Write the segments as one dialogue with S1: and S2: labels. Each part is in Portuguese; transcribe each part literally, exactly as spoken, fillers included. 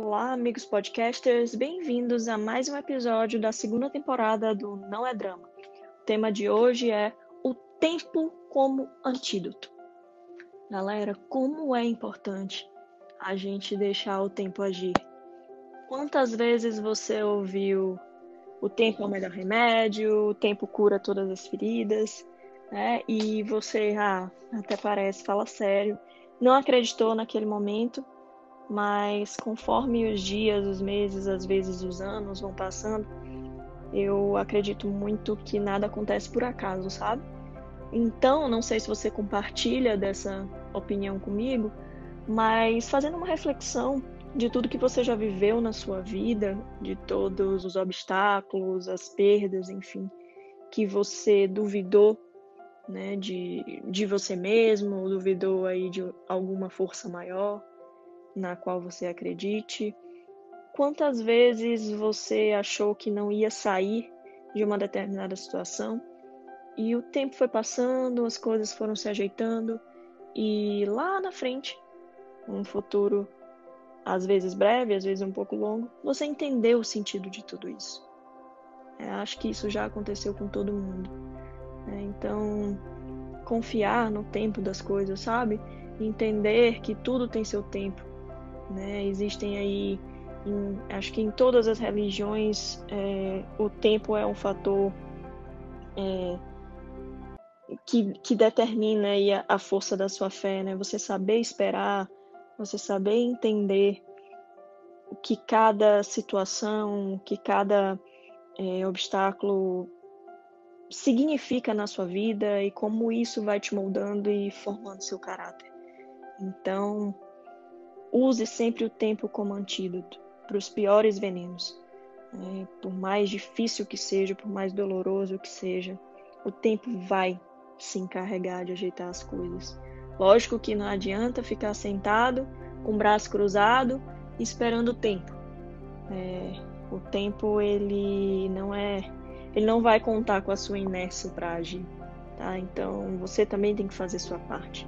S1: Olá, amigos podcasters, bem-vindos a mais um episódio da segunda temporada do Não é Drama. O tema de hoje é o tempo como antídoto. Galera, como é importante a gente deixar o tempo agir. Quantas vezes você ouviu o tempo é o melhor remédio, o tempo cura todas as feridas, né? E você, ah, até parece, fala sério, não acreditou naquele momento, mas conforme os dias, os meses, às vezes os anos vão passando, eu acredito muito que nada acontece por acaso, sabe? Então, não sei se você compartilha dessa opinião comigo, mas fazendo uma reflexão de tudo que você já viveu na sua vida, de todos os obstáculos, as perdas, enfim, que você duvidou, né, de, de você mesmo, duvidou aí de alguma força maior na qual você acredite. Quantas vezes você achou que não ia sair de uma determinada situação e o tempo foi passando, as coisas foram se ajeitando e lá na frente, um futuro às vezes breve, às vezes um pouco longo, você entendeu o sentido de tudo isso. É, acho que isso já aconteceu com todo mundo. É, então, confiar no tempo das coisas, sabe? Entender que tudo tem seu tempo. Né? Existem aí, em, acho que em todas as religiões, é, o tempo é um fator é, que, que determina aí a, a força da sua fé, né? Você saber esperar, você saber entender o que cada situação, o que cada é, obstáculo significa na sua vida e como isso vai te moldando e formando seu caráter. Então, use sempre o tempo como antídoto para os piores venenos. É, por mais difícil que seja, por mais doloroso que seja, o tempo vai se encarregar de ajeitar as coisas. Lógico que não adianta ficar sentado, com o braço cruzado, esperando o tempo. É, o tempo, ele não é, ele não vai contar com a sua inércia para agir, tá? Então, você também tem que fazer sua parte.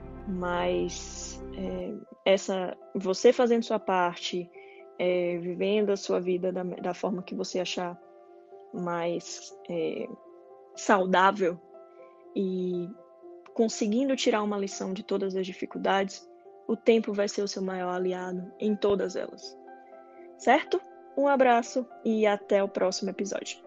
S1: Mas é, essa, você fazendo sua parte, é, vivendo a sua vida da, da forma que você achar mais é, saudável e conseguindo tirar uma lição de todas as dificuldades, o tempo vai ser o seu maior aliado em todas elas. Certo? Um abraço e até o próximo episódio.